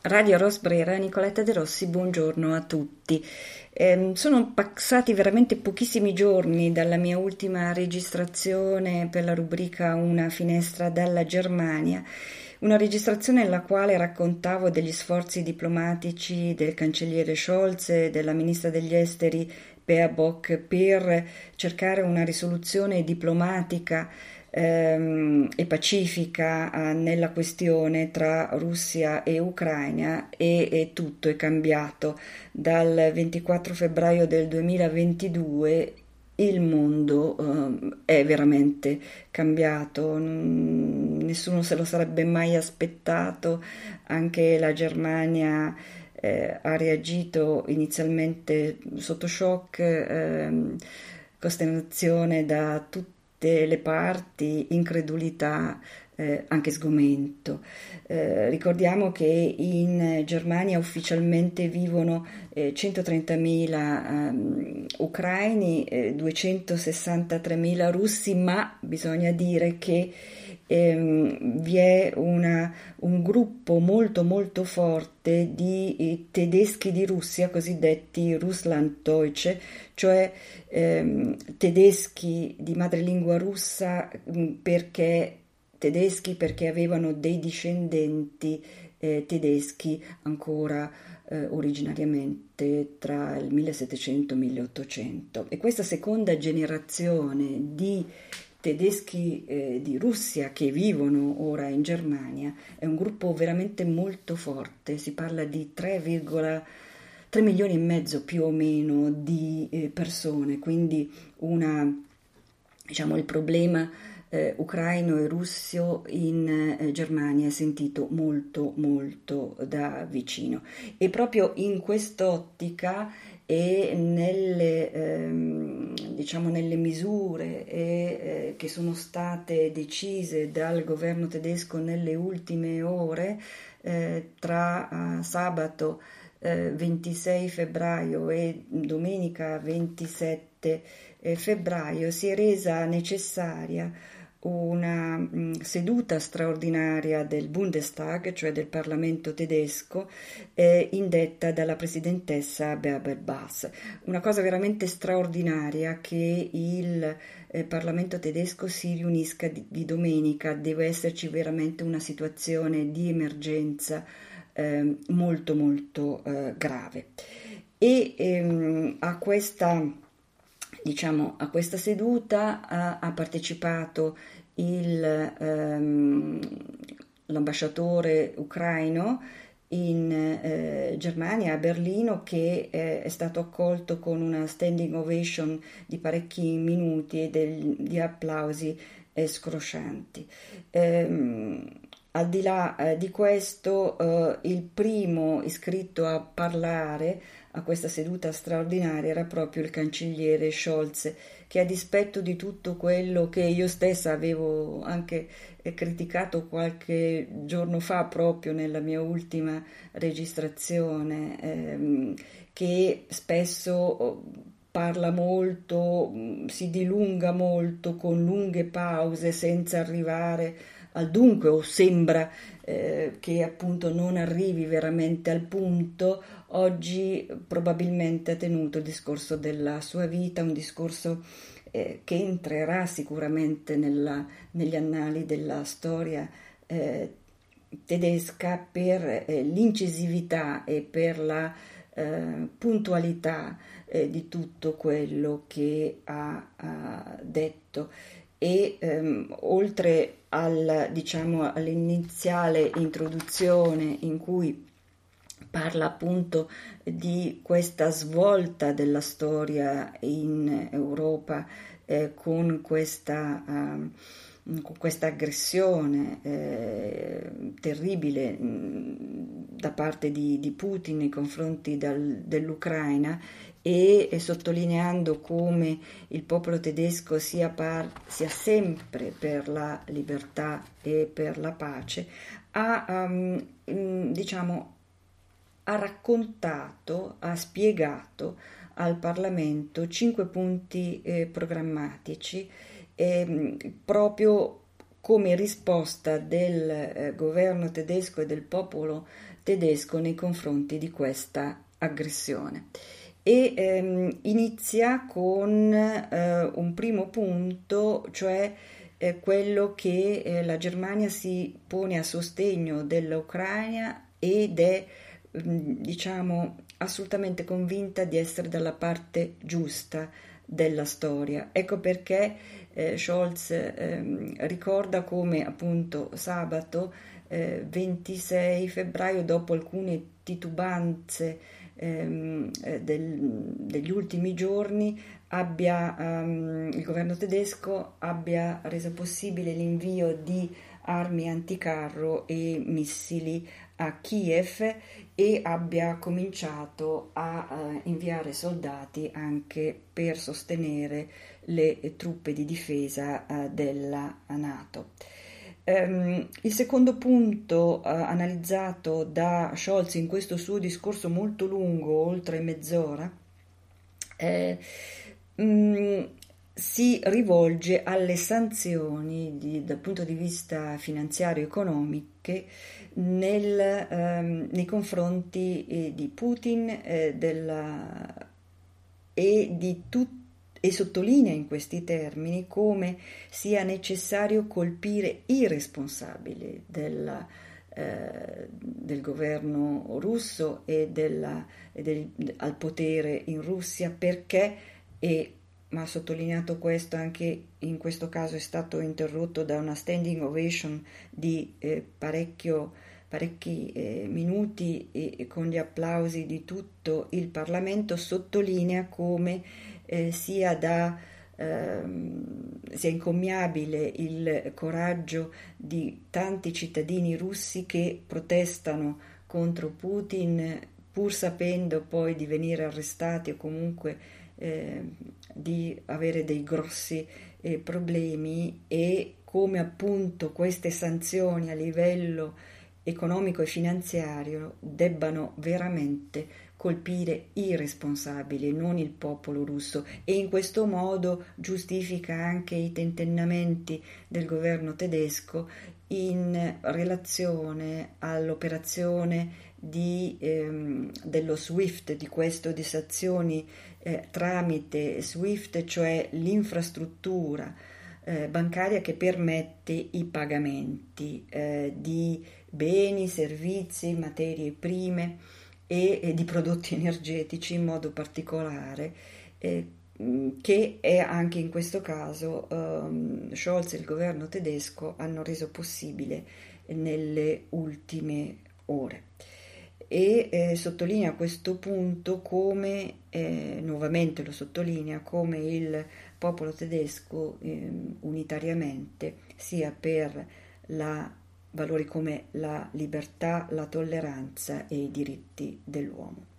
Radio Rosbrera, Nicoletta De Rossi, buongiorno a tutti. Sono passati veramente pochissimi giorni dalla mia ultima registrazione per la rubrica Una finestra dalla Germania, una registrazione nella quale raccontavo degli sforzi diplomatici del cancelliere Scholz e della ministra degli esteri Baerbock per cercare una risoluzione diplomatica e pacifica nella questione tra Russia e Ucraina e tutto è cambiato. Dal 24 febbraio del 2022 il mondo è veramente cambiato, nessuno se lo sarebbe mai aspettato, anche la Germania ha reagito inizialmente sotto shock, costernazione da tutte le parti, incredulità, anche sgomento. Ricordiamo che in Germania ufficialmente vivono 130.000 ucraini, 263.000 russi, ma bisogna dire che vi è un gruppo molto molto forte di tedeschi di Russia, cosiddetti Russlanddeutsche, cioè tedeschi di madrelingua russa perché avevano dei discendenti tedeschi ancora originariamente tra il 1700 e il 1800. E questa seconda generazione di tedeschi di Russia che vivono ora in Germania è un gruppo veramente molto forte, si parla di 3 milioni e mezzo più o meno di persone, quindi il problema ucraino e russo in Germania è sentito molto molto da vicino, e proprio in quest'ottica e nelle misure che sono state decise dal governo tedesco nelle ultime ore, tra sabato 26 febbraio e domenica 27 febbraio si è resa necessaria una seduta straordinaria del Bundestag, cioè del Parlamento tedesco, indetta dalla presidentessa Bärbel-Baas. Una cosa veramente straordinaria che il Parlamento tedesco si riunisca di domenica, deve esserci veramente una situazione di emergenza molto molto grave. E a questa seduta ha partecipato l'ambasciatore ucraino in Germania, a Berlino, che è stato accolto con una standing ovation di parecchi minuti e di applausi scroscianti. Al di là di questo, il primo iscritto a parlare a questa seduta straordinaria era proprio il cancelliere Scholz, che a dispetto di tutto quello che io stessa avevo anche criticato qualche giorno fa, proprio nella mia ultima registrazione, che spesso parla molto, si dilunga molto con lunghe pause senza arrivare al dunque, o sembra che appunto non arrivi veramente al punto. Oggi probabilmente ha tenuto il discorso della sua vita, un discorso che entrerà sicuramente negli annali della storia tedesca per l'incisività e per la puntualità di tutto quello che ha detto. E oltre all'iniziale introduzione in cui parla appunto di questa svolta della storia in Europa con questa aggressione terribile da parte di Putin nei confronti dell'Ucraina, e sottolineando come il popolo tedesco sia sempre per la libertà e per la pace, ha raccontato, ha spiegato al Parlamento 5 punti programmatici, proprio come risposta del governo tedesco e del popolo tedesco nei confronti di questa aggressione. E inizia con un primo punto, cioè quello che la Germania si pone a sostegno dell'Ucraina ed è, diciamo, assolutamente convinta di essere dalla parte giusta della storia. Ecco perché Scholz ricorda come appunto sabato 26 febbraio, dopo alcune titubanze degli ultimi giorni, il governo tedesco abbia reso possibile l'invio di armi anticarro e missili a Kiev e abbia cominciato a inviare soldati anche per sostenere le truppe di difesa della NATO. Il secondo punto analizzato da Scholz in questo suo discorso molto lungo, oltre mezz'ora, si rivolge alle sanzioni dal punto di vista finanziario e economiche nei confronti di Putin e sottolinea in questi termini come sia necessario colpire i responsabili del governo russo e al potere in Russia, perché, ma ha sottolineato questo anche in questo caso, è stato interrotto da una standing ovation di parecchi minuti e con gli applausi di tutto il Parlamento, sottolinea come sia incommiabile il coraggio di tanti cittadini russi che protestano contro Putin, pur sapendo poi di venire arrestati o comunque di avere dei grossi problemi, e come appunto queste sanzioni a livello economico e finanziario debbano veramente colpire i responsabili, non il popolo russo, e in questo modo giustifica anche i tentennamenti del governo tedesco in relazione all'operazione dello SWIFT, di questo di sanzioni tramite SWIFT, cioè l'infrastruttura bancaria che permette i pagamenti di beni, servizi, materie prime e di prodotti energetici in modo particolare, che è anche in questo caso Scholz e il governo tedesco hanno reso possibile nelle ultime ore. E sottolinea a questo punto come, nuovamente lo sottolinea, come il popolo tedesco unitariamente sia per valori come la libertà, la tolleranza e i diritti dell'uomo.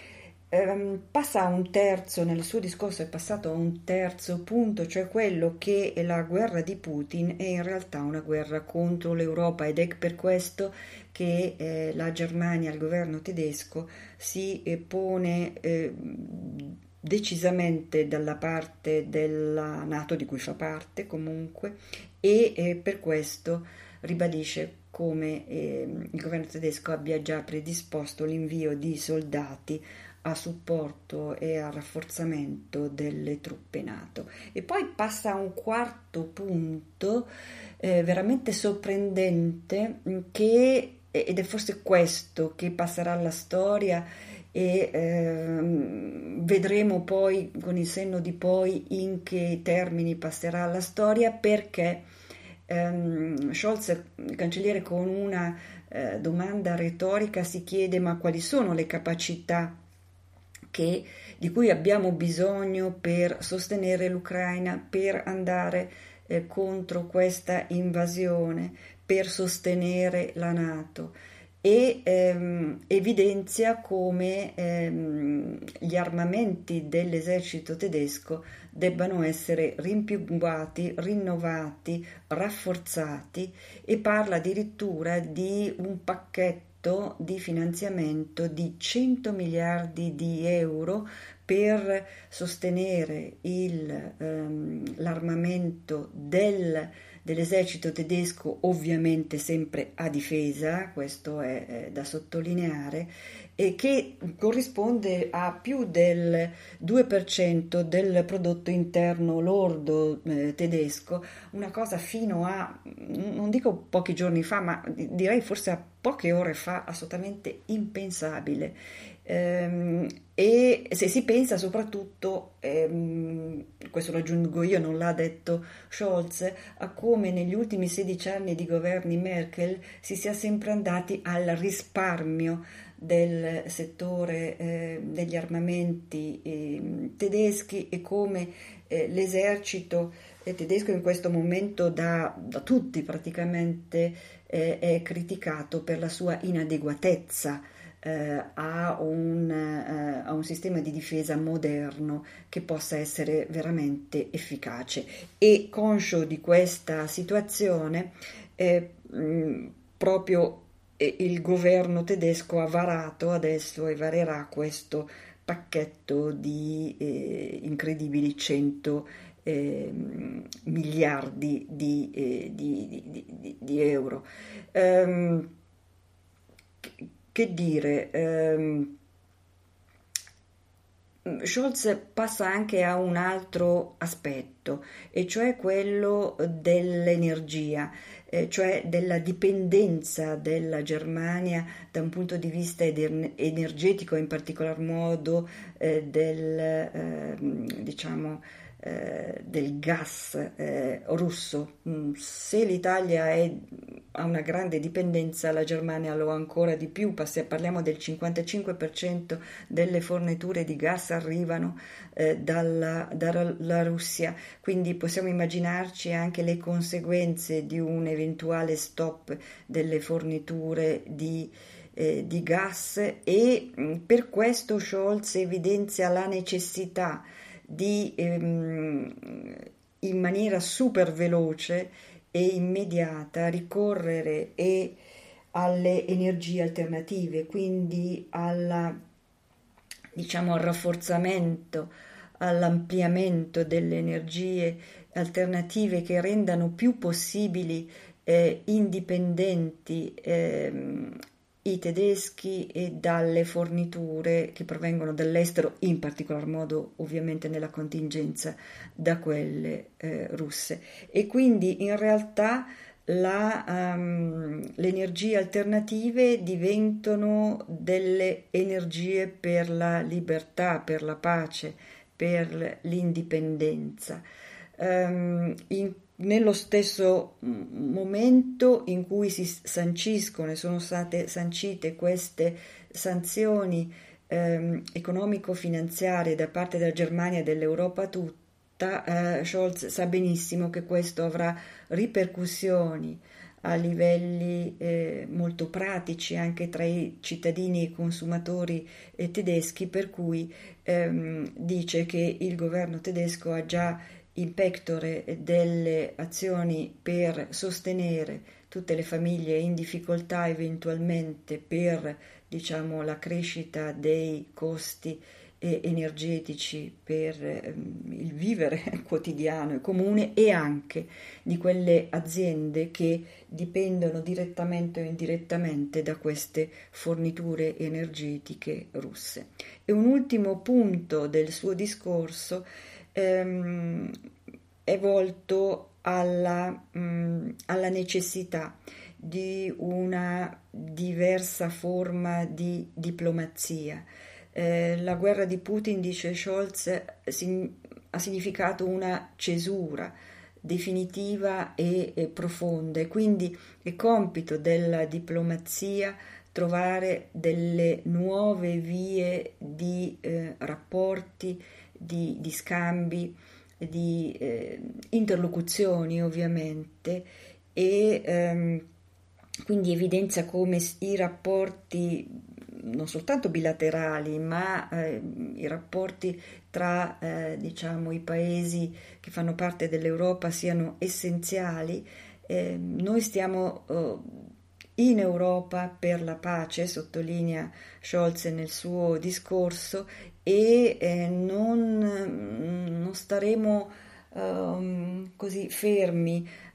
Passa a un terzo, nel suo discorso è passato a un terzo punto, cioè quello che la guerra di Putin è in realtà una guerra contro l'Europa, ed è per questo che la Germania, il governo tedesco, si pone decisamente dalla parte della NATO, di cui fa parte comunque, e per questo ribadisce come il governo tedesco abbia già predisposto l'invio di soldati a supporto e a rafforzamento delle truppe NATO. E poi passa a un quarto punto veramente sorprendente, ed è forse questo che passerà alla storia, e vedremo poi con il senno di poi in che termini passerà alla storia, perché Scholz, il cancelliere, con una domanda retorica si chiede: ma quali sono le capacità di cui abbiamo bisogno per sostenere l'Ucraina, per andare contro questa invasione, per sostenere la NATO? E evidenzia come gli armamenti dell'esercito tedesco debbano essere rimpiumbati, rinnovati, rafforzati, e parla addirittura di un pacchetto di finanziamento di 100 miliardi di euro per sostenere l'armamento dell'esercito tedesco, ovviamente sempre a difesa, questo è da sottolineare, e che corrisponde a più del 2% del prodotto interno lordo tedesco, una cosa fino a, non dico pochi giorni fa, ma direi forse a poche ore fa, assolutamente impensabile. E se si pensa soprattutto, questo lo aggiungo io, non l'ha detto Scholz, a come negli ultimi 16 anni di governi Merkel si sia sempre andati al risparmio del settore degli armamenti tedeschi, e come l'esercito tedesco in questo momento da tutti praticamente è criticato per la sua inadeguatezza a un sistema di difesa moderno che possa essere veramente efficace. E conscio di questa situazione, proprio il governo tedesco ha varato adesso e varerà questo pacchetto di incredibili 100 miliardi di euro. Ehm, che dire, Scholz passa anche a un altro aspetto, e cioè quello dell'energia, cioè della dipendenza della Germania da un punto di vista energetico, in particolar modo diciamo, del gas russo. Se l'Italia ha una grande dipendenza, la Germania lo ha ancora di più. Parliamo del 55% delle forniture di gas arrivano dalla Russia, quindi possiamo immaginarci anche le conseguenze di un eventuale stop delle forniture di gas, e per questo Scholz evidenzia la necessità di in maniera super veloce e immediata ricorrere alle energie alternative, quindi diciamo, al rafforzamento, all'ampliamento delle energie alternative che rendano più possibili indipendenti i tedeschi e dalle forniture che provengono dall'estero, in particolar modo ovviamente nella contingenza da quelle russe. E quindi in realtà le energie alternative diventano delle energie per la libertà, per la pace, per l'indipendenza. Nello stesso momento in cui si sanciscono e sono state sancite queste sanzioni economico-finanziarie da parte della Germania e dell'Europa tutta, Scholz sa benissimo che questo avrà ripercussioni a livelli molto pratici anche tra i cittadini e i consumatori tedeschi, per cui dice che il governo tedesco ha già in pectore delle azioni per sostenere tutte le famiglie in difficoltà, eventualmente per, diciamo, la crescita dei costi energetici per il vivere quotidiano e comune, e anche di quelle aziende che dipendono direttamente o indirettamente da queste forniture energetiche russe. E un ultimo punto del suo discorso è volto alla necessità di una diversa forma di diplomazia. La guerra di Putin, dice Scholz, ha significato una cesura definitiva e profonda, e quindi è compito della diplomazia trovare delle nuove vie di rapporti, di scambi, di interlocuzioni ovviamente, e quindi evidenzia come i rapporti non soltanto bilaterali, ma i rapporti tra diciamo, i paesi che fanno parte dell'Europa siano essenziali. Noi stiamo in Europa per la pace, sottolinea Scholz nel suo discorso, e non staremo così fermi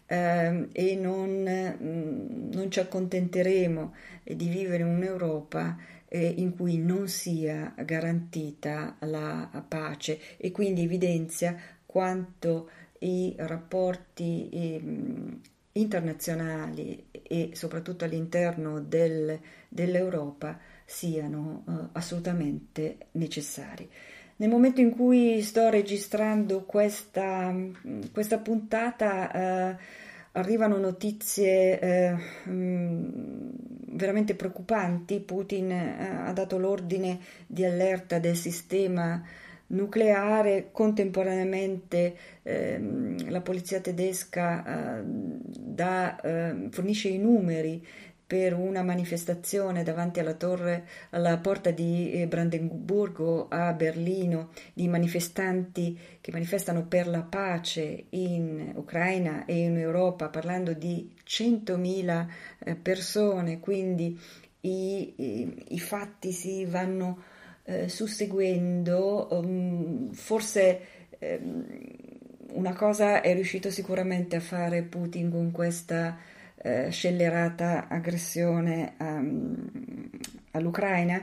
e non ci accontenteremo di vivere in un'Europa in cui non sia garantita la pace, e quindi evidenzia quanto i rapporti internazionali e soprattutto all'interno dell'Europa siano assolutamente necessari. Nel momento in cui sto registrando questa puntata, arrivano notizie veramente preoccupanti. Putin ha dato l'ordine di allerta del sistema nucleare. Contemporaneamente la polizia tedesca fornisce i numeri per una manifestazione davanti alla porta di Brandeburgo a Berlino, di manifestanti che manifestano per la pace in Ucraina e in Europa, parlando di 100.000 persone. Quindi i fatti si vanno susseguendo. Forse una cosa è riuscito sicuramente a fare Putin con questa scellerata aggressione all'Ucraina.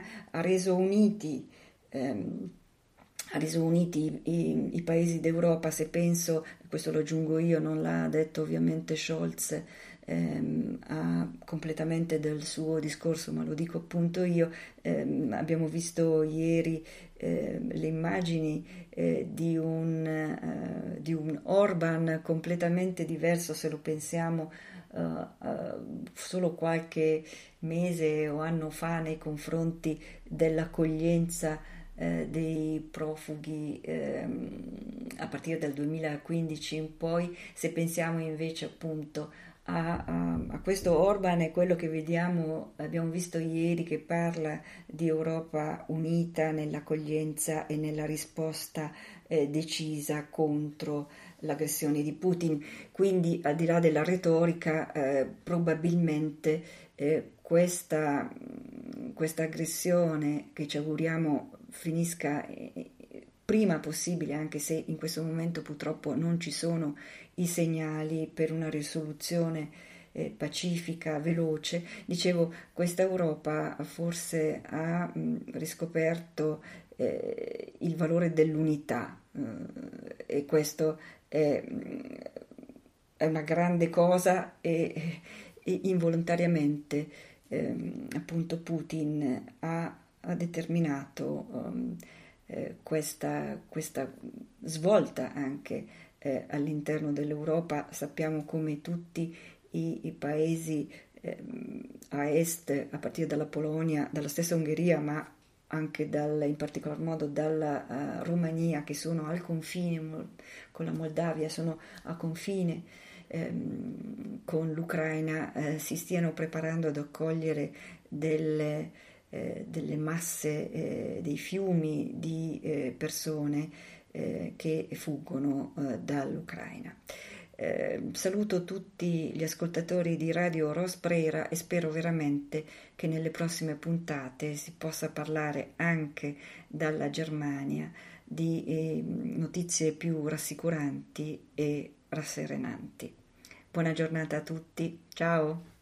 Ha reso uniti i paesi d'Europa. Se penso, questo lo aggiungo io, non l'ha detto ovviamente Scholz completamente del suo discorso, ma lo dico appunto io. Abbiamo visto ieri le immagini di un Orban completamente diverso, se lo pensiamo solo qualche mese o anno fa, nei confronti dell'accoglienza dei profughi a partire dal 2015 in poi. Se pensiamo invece appunto a questo Orban, è quello che abbiamo visto ieri, che parla di Europa unita nell'accoglienza e nella risposta decisa contro l'aggressione di Putin. Quindi, al di là della retorica, probabilmente questa aggressione, che ci auguriamo finisca prima possibile, anche se in questo momento purtroppo non ci sono i segnali per una risoluzione pacifica, veloce. Dicevo, questa Europa forse ha riscoperto il valore dell'unità, e questo è una grande cosa, e involontariamente appunto Putin ha determinato questa svolta anche all'interno dell'Europa. Sappiamo come tutti i paesi a est, a partire dalla Polonia, dalla stessa Ungheria, ma anche in particolar modo dalla Romania, che sono al confine con la Moldavia, sono a confine con l'Ucraina, si stiano preparando ad accogliere delle masse, dei fiumi di persone che fuggono dall'Ucraina. Saluto tutti gli ascoltatori di Radio Rosbrera e spero veramente che nelle prossime puntate si possa parlare anche dalla Germania di notizie più rassicuranti e rasserenanti. Buona giornata a tutti, ciao!